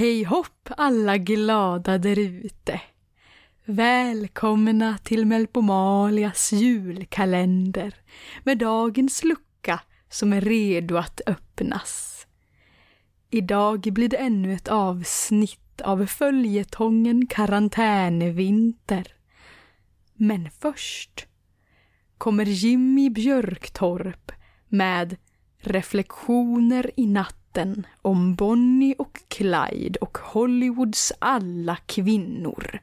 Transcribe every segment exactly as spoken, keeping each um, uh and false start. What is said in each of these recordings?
Hej hopp alla glada där ute. Välkomna till Melpomalias julkalender med dagens lucka som är redo att öppnas. Idag blir det ännu ett avsnitt av följetongen Karantänvinter. Men först kommer Jimmy Björktorp med reflektioner i natten om Bonnie och Clyde och Hollywoods alla kvinnor.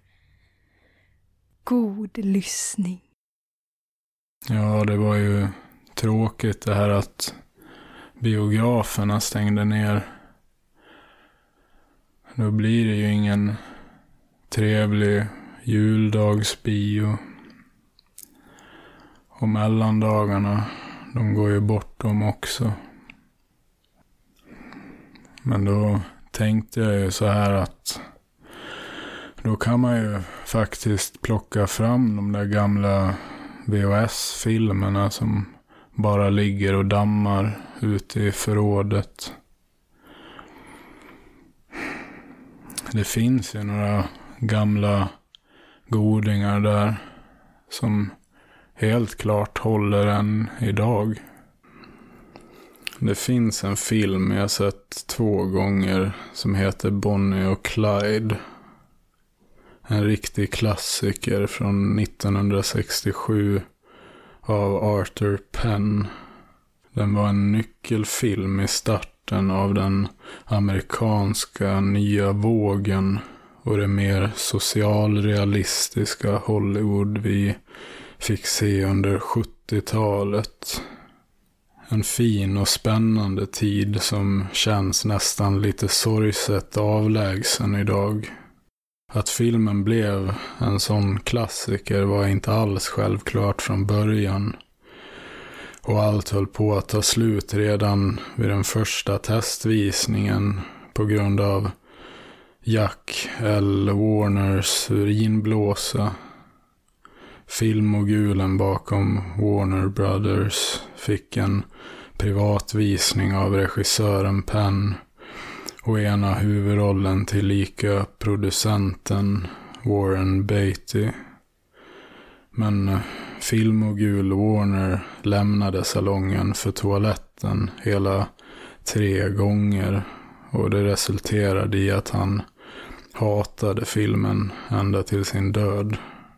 God lyssning. Ja, det var ju tråkigt det här att biograferna stängde ner. Då blir det ju ingen trevlig juldagsbio. Och mellandagarna, de går ju bort dem också. Men då tänkte jag ju så här att då kan man ju faktiskt plocka fram de där gamla V H S-filmerna som bara ligger och dammar ute i förrådet. Det finns ju några gamla godingar där som helt klart håller än idag. Det finns en film jag sett två gånger som heter Bonnie och Clyde. En riktig klassiker från nittonhundrasextiosju av Arthur Penn. Den var en nyckelfilm i starten av den amerikanska nya vågen och det mer socialrealistiska Hollywood vi fick se under sjuttiotalet. En fin och spännande tid som känns nästan lite sorgset avlägsen idag. Att filmen blev en sån klassiker var inte alls självklart från början. Och allt höll på att ta slut redan vid den första testvisningen på grund av Jack L. Warners urinblåsa. Filmmogulen bakom Warner Brothers fick en privatvisning av regissören Penn och ena huvudrollen till lika producenten Warren Beatty. Men filmmogul Warner lämnade salongen för toaletten hela tre gånger och det resulterade i att han hatade filmen ända till sin död.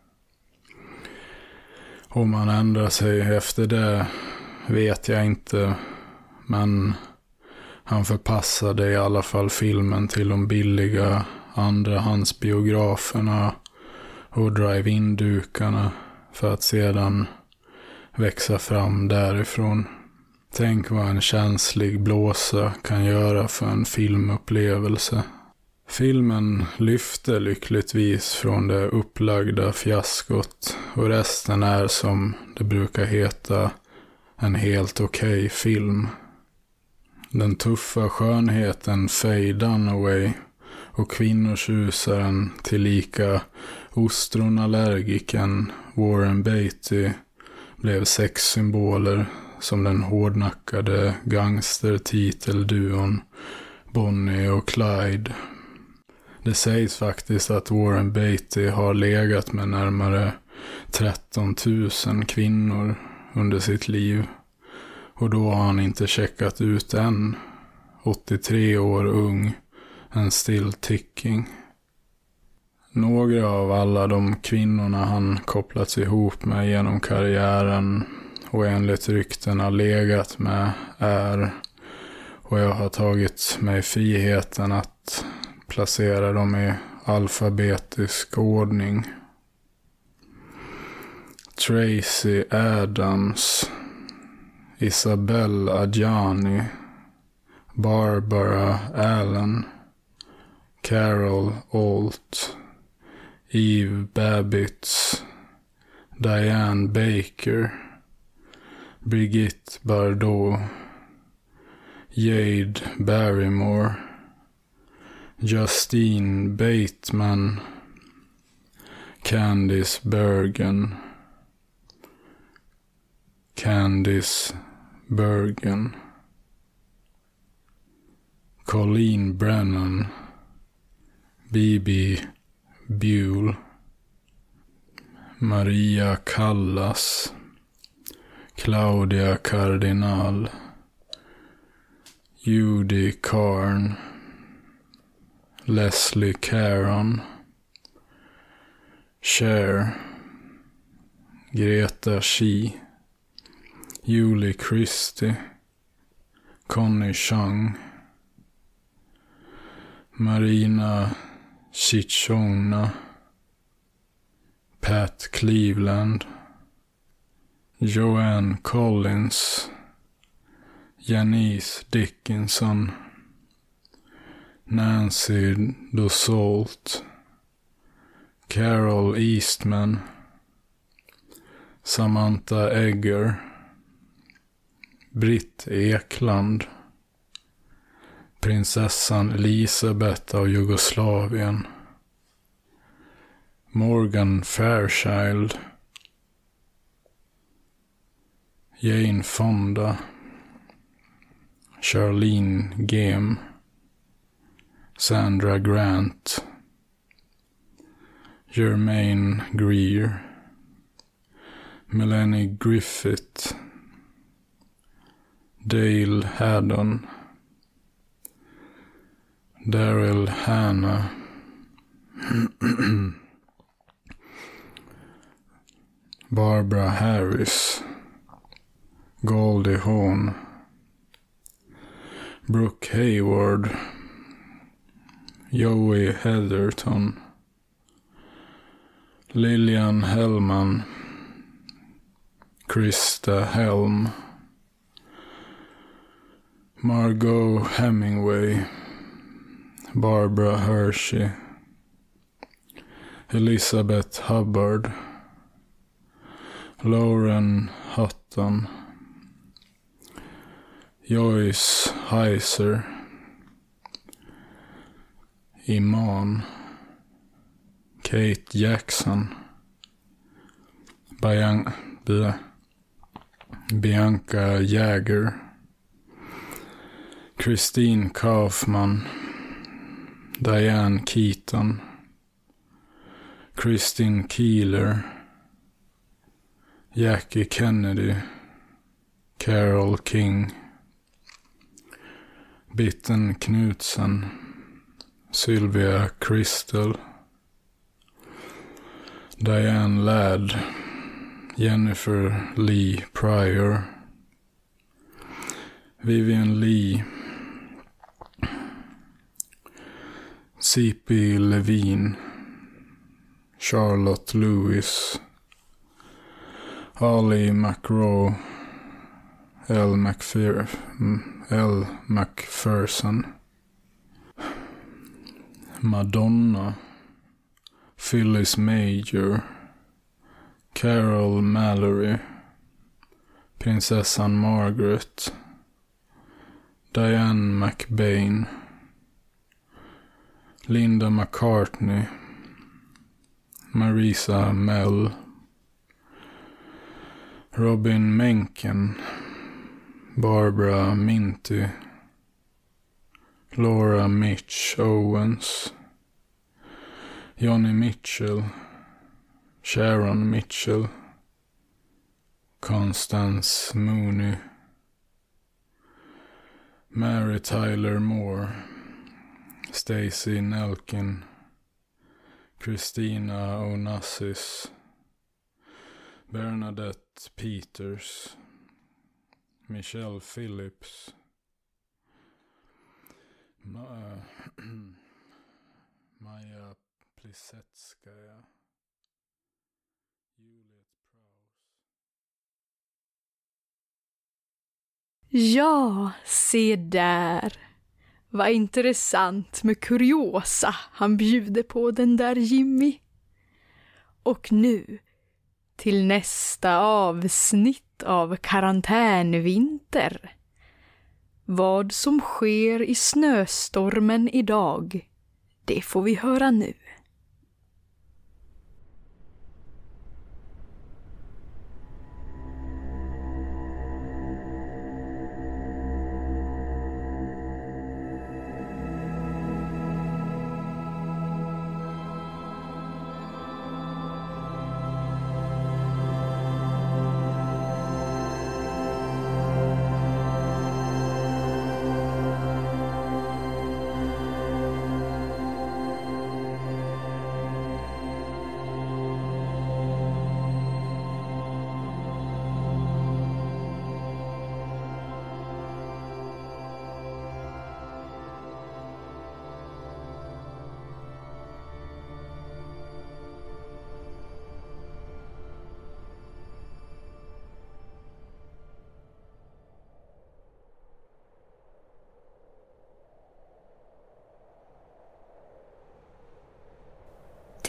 Om han ändrar sig efter det vet jag inte, men han förpassade i alla fall filmen till de billiga andrahandsbiograferna och drive-in-dukarna för att sedan växa fram därifrån. Tänk vad en känslig blåsa kan göra för en filmupplevelse. Filmen lyfte lyckligtvis från det upplagda fiaskot och resten är som det brukar heta en helt okej film. Den tuffa skönheten Faye Dunaway och kvinnotjusaren tillika ostronallergiken Warren Beatty blev sexsymboler som den hårdnackade gangstertitelduon Bonnie och Clyde. Det sägs faktiskt att Warren Beatty har legat med närmare tretton tusen kvinnor under sitt liv. Och då har han inte checkat ut än. åttiotre år ung, en still ticking. Några av alla de kvinnorna han kopplats ihop med genom karriären och enligt ryktena legat med är, och jag har tagit mig friheten att placera dem i alfabetisk ordning. Tracy Adams, Isabelle Adjani, Barbara Allen, Carol Alt, Eve Babbitts, Diane Baker, Brigitte Bardot, Jade Barrymore, Justine Bateman, Candice Bergen, Candice Bergen, Colleen Brennan, Bibi Buell, Maria Callas, Claudia Cardinal, Judy Carn, Leslie Caron, Cher, Greta Shi, Julie Christie, Connie Chang, Marina Chichona, Pat Cleveland, Joanne Collins, Janice Dickinson, Nancy Dussault, Carol Eastman, Samantha Egger, Britt Ekland, prinsessan Elisabeth av Jugoslavien, Morgan Fairchild, Jane Fonda, Charlene Game, Sandra Grant, Jermaine Greer, Melanie Griffith, Dale Haddon, Daryl Hannah, Barbara Harris, Goldie Hawn, Brooke Hayward, Joey Heatherton, Lillian Hellman, Krista Helm, Margot Hemingway, Barbara Hershey, Elizabeth Hubbard, Lauren Hutton, Joyce Heiser, Iman, Kate Jackson, Bian- Bi- Bianca Jagger, Christine Kaufman, Diane Keaton, Christine Keeler, Jackie Kennedy, Carole King, Bitten Knutsen, Sylvia Crystal, Diane Ladd, Jennifer Lee Pryor, Vivian Lee, C P Levine, Charlotte Lewis, Ollie McRaw, L. McPher- L. McPherson, Madonna, Phyllis Major, Carol Mallory, prinsessan Margaret, Diane McBain, Linda McCartney, Marisa Mell, Robin Menken, Barbara Minty, Laura Mitch Owens, Johnny Mitchell, Sharon Mitchell, Constance Mooney, Mary Tyler Moore, Stacey Nelkin, Christina Onassis, Bernadette Peters, Michelle Phillips, Ma- Maja Plisetskaya, Juliet Prowse. Ja, se där. Vad intressant med kuriosa han bjuder på den där Jimmy. Och nu till nästa avsnitt av Karantänvinter. Vad som sker i snöstormen idag, det får vi höra nu.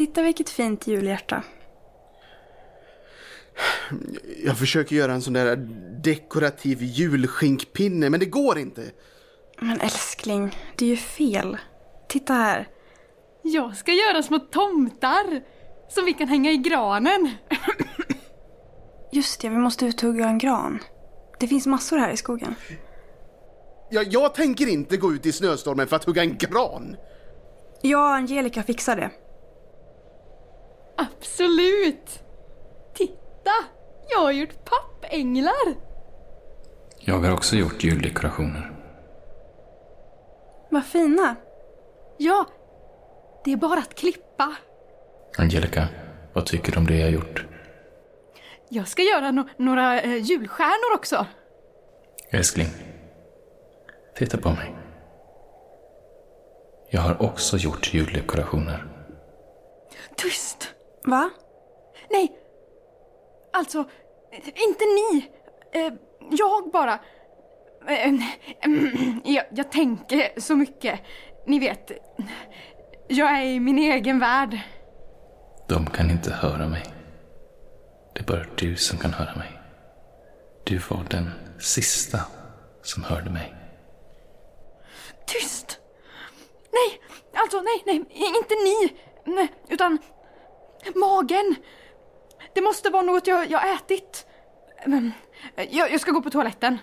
Titta vilket fint julhjärta. Jag försöker göra en sån där dekorativ julskinkpinne, men det går inte. Men älskling, det är ju fel. Titta här. Jag ska göra små tomtar som vi kan hänga i granen. Just det, vi måste uthugga en gran. Det finns massor här i skogen. Jag, jag tänker inte gå ut i snöstormen för att hugga en gran. Jag och Angelica fixar det. Absolut. Titta, jag har gjort pappänglar. Jag har också gjort juldekorationer. Vad fina. Ja, det är bara att klippa. Angelica, vad tycker du om det jag har gjort? Jag ska göra no- några eh, julstjärnor också. Älskling, titta på mig. Jag har också gjort juldekorationer. Tyst. Va? Nej, alltså, inte ni. Eh, jag bara. Eh, jag, jag tänker så mycket. Ni vet, jag är i min egen värld. De kan inte höra mig. Det är bara du som kan höra mig. Du var den sista som hörde mig. Tyst. Nej, alltså nej, nej, inte ni. Nej, utan magen. Det måste vara något jag, jag ätit. Jag, jag ska gå på toaletten.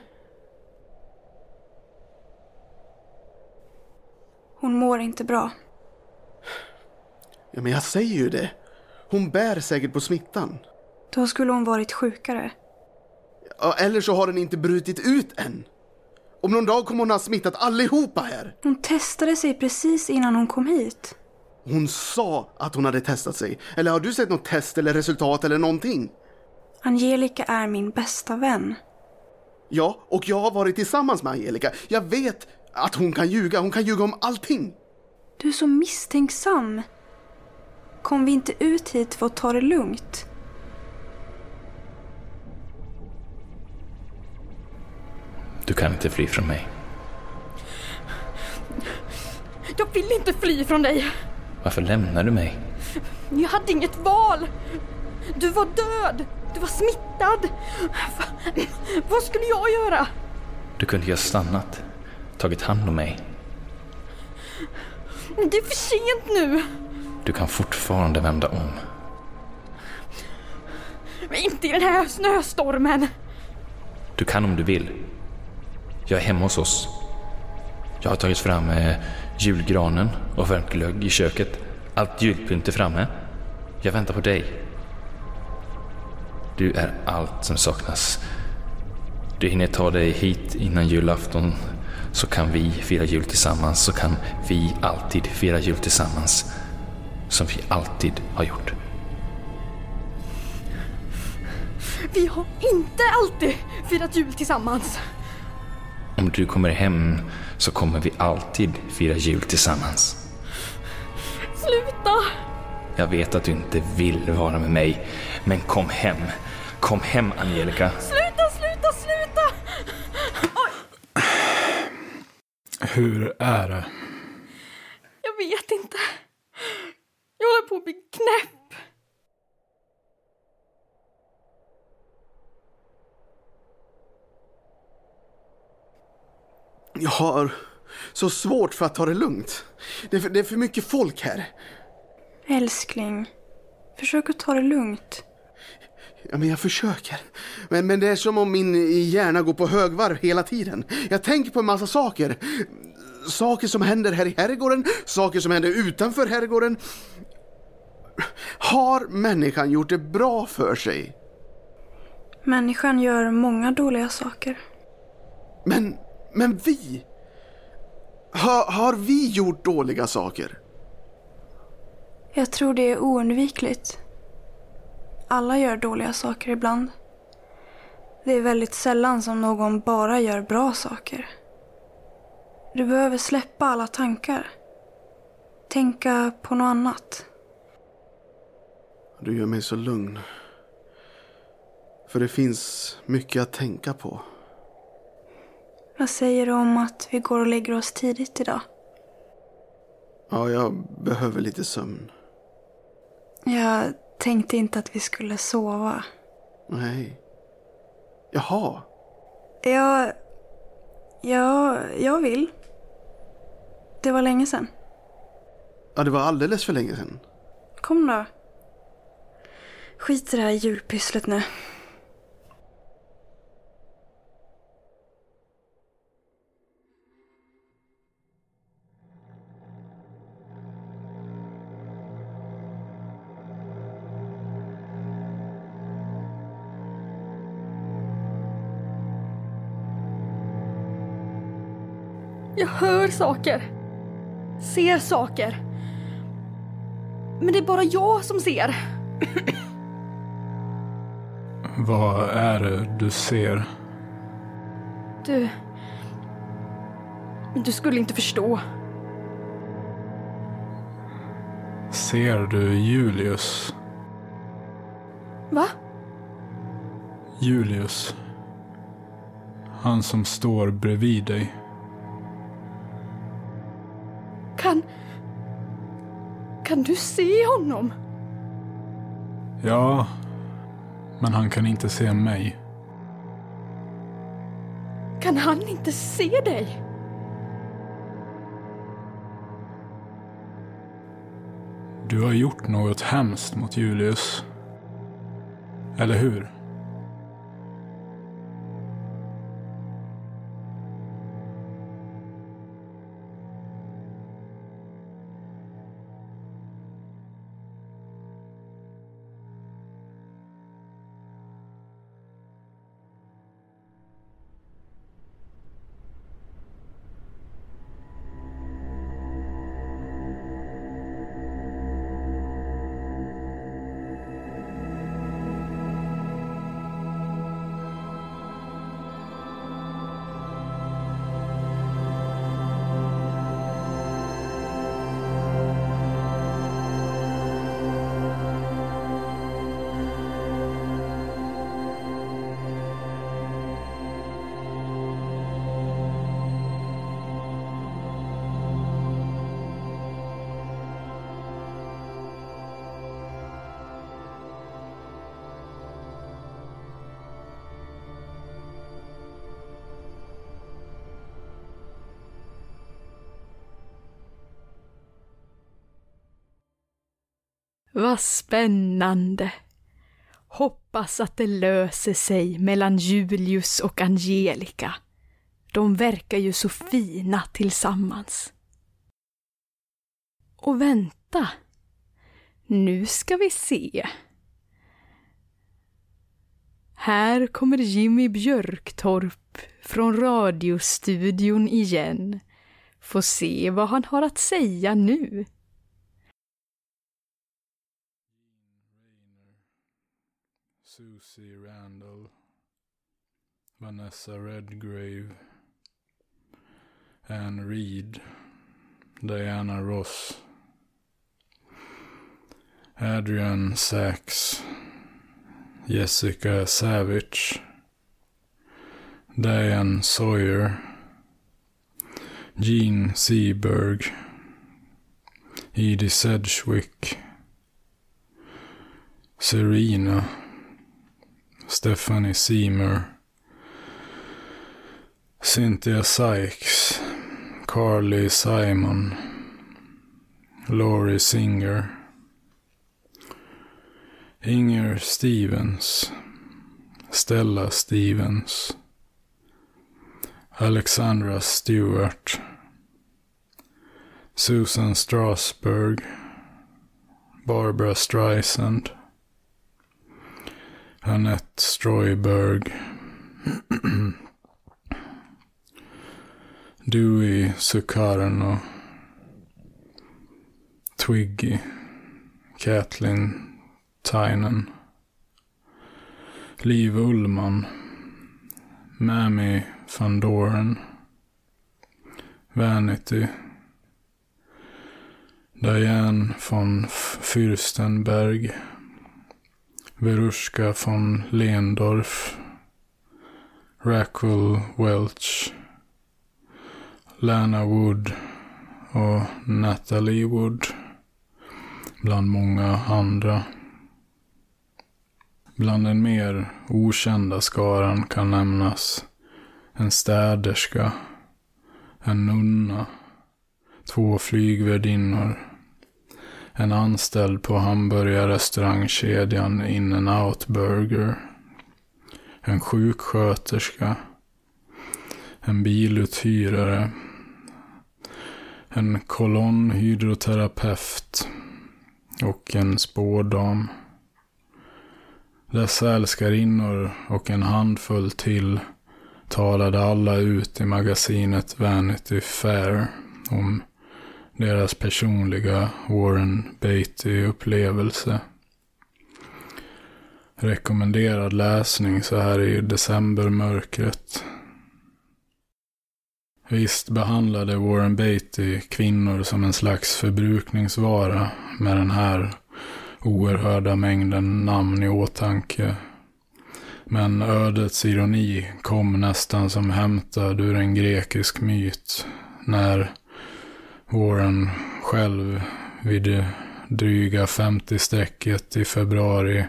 Hon mår inte bra. Ja, men jag säger ju det. Hon bär säkert på smittan. Då skulle hon varit sjukare. Ja, eller så har den inte brutit ut än. Om någon dag kommer hon ha smittat allihopa här. Hon testade sig precis innan hon kom hit. Hon sa att hon hade testat sig. Eller har du sett något test eller resultat eller någonting? Angelica är min bästa vän. Ja, och jag har varit tillsammans med Angelica. Jag vet att hon kan ljuga. Hon kan ljuga om allting. Du är så misstänksam. Kom vi inte ut hit för att ta det lugnt? Du kan inte fly från mig. Jag vill inte fly från dig. Varför lämnar du mig? Jag hade inget val. Du var död. Du var smittad. Va- Vad skulle jag göra? Du kunde ju ha stannat. Tagit hand om mig. Det är för sent nu. Du kan fortfarande vända om. Men inte i den här snöstormen. Du kan om du vill. Jag är hemma hos oss. Jag har tagit fram eh, julgranen och värmt glögg i köket. Allt julpynt är framme. Jag väntar på dig. Du är allt som saknas. Du hinner ta dig hit innan julafton, så kan vi fira jul tillsammans. Så kan vi alltid fira jul tillsammans, som vi alltid har gjort. Vi har inte alltid firat jul tillsammans. Om du kommer hem så kommer vi alltid fira jul tillsammans. Sluta! Jag vet att du inte vill vara med mig, men kom hem. Kom hem, Angelica. Sluta, sluta, sluta! Oj. Hur är det? Jag vet inte. Jag håller på att bli knäpp. Jag har så svårt för att ta det lugnt. Det är för, det är för mycket folk här. Älskling, försök att ta det lugnt. Ja, men jag försöker. Men, men det är som om min hjärna går på högvarv hela tiden. Jag tänker på en massa saker. Saker som händer här i herrgården. Saker som händer utanför herrgården. Har människan gjort det bra för sig? Människan gör många dåliga saker. Men, men vi? Har, har vi gjort dåliga saker? Jag tror det är oundvikligt. Alla gör dåliga saker ibland. Det är väldigt sällan som någon bara gör bra saker. Du behöver släppa alla tankar. Tänka på något annat. Du gör mig så lugn. För det finns mycket att tänka på. Vad säger du om att vi går och lägger oss tidigt idag? Ja, jag behöver lite sömn. Jag tänkte inte att vi skulle sova. Nej. Jaha. Jag... Ja, jag vill. Det var länge sedan. Ja, det var alldeles för länge sedan. Kom då. Skit i det här julpysslet nu. Jag hör saker. Ser saker. Men det är bara jag som ser. Vad är det du ser? Du... Du skulle inte förstå. Ser du Julius? Va? Julius. Han som står bredvid dig. Kan... Kan du se honom? Ja, men han kan inte se mig. Kan han inte se dig? Du har gjort något hemskt mot Julius. Eller hur? Vad spännande. Hoppas att det löser sig mellan Julius och Angelica. De verkar ju så fina tillsammans. Och vänta. Nu ska vi se. Här kommer Jimmy Björktorp från radiostudion igen. Får se vad han har att säga nu. Susie Randall, Vanessa Redgrave, Anne Reed, Diana Ross, Adrian Sachs, Jessica Savage, Diane Sawyer, Gene Seberg, Edie Sedgwick, Serena, Stephanie Seymour, Cynthia Sykes, Carly Simon, Laurie Singer, Inger Stevens, Stella Stevens, Alexandra Stewart, Susan Strasberg, Barbara Streisand, Annette Stroyberg, Dewey Sukarno, Twiggy, Kathleen Tynan, Liv Ullman, Mammy van Doren, Vanity, Diane von Fürstenberg, Verushka von Lendorf, Raquel Welch, Lana Wood och Natalie Wood, bland många andra. Bland den mer okända skaran kan nämnas en städerska, en nunna, två flygvärdinnor, en anställd på hamburgarrestaurangkedjan In and Out Burger, en sjuksköterska, en biluthyrare, en kolonnhydroterapeut och en spårdam. Dessa älskarinnor och en handfull till talade alla ut i magasinet Vanity Fair om deras personliga Warren Beatty-upplevelse. Rekommenderad läsning så här i decembermörkret. Visst behandlade Warren Beatty kvinnor som en slags förbrukningsvara med den här oerhörda mängden namn i åtanke. Men ödets ironi kom nästan som hämtad ur en grekisk myt när Warren själv vid det dryga femtio-strecket i februari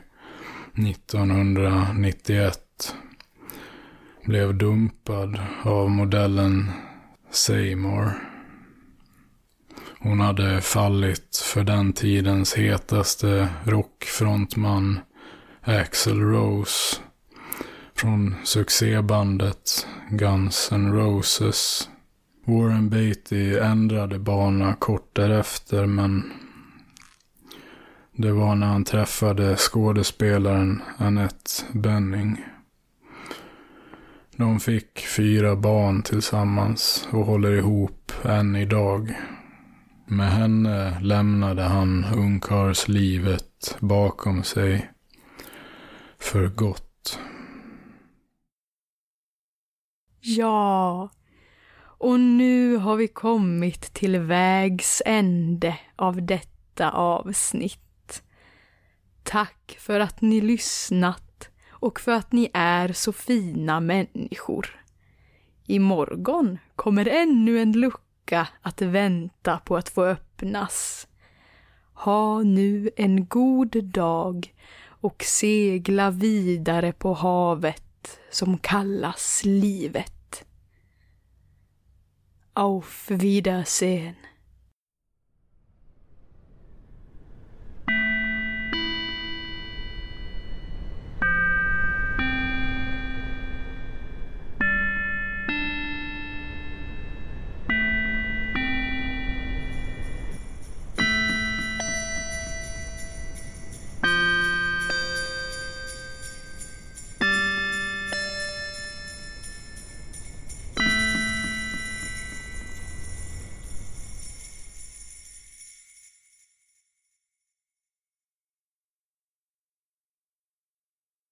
nittonhundranittioett blev dumpad av modellen Seymour. Hon hade fallit för den tidens hetaste rockfrontman Axl Rose från succébandet Guns N' Roses. Warren Beatty ändrade bana kort därefter, men det var när han träffade skådespelaren Annette Bening. De fick fyra barn tillsammans och håller ihop än idag. Med henne lämnade han ungkarlslivet bakom sig för gott. Ja, och nu har vi kommit till vägs ände av detta avsnitt. Tack för att ni lyssnat och för att ni är så fina människor. Imorgon kommer ännu en lucka att vänta på att få öppnas. Ha nu en god dag och segla vidare på havet som kallas livet. Auf Wiedersehen.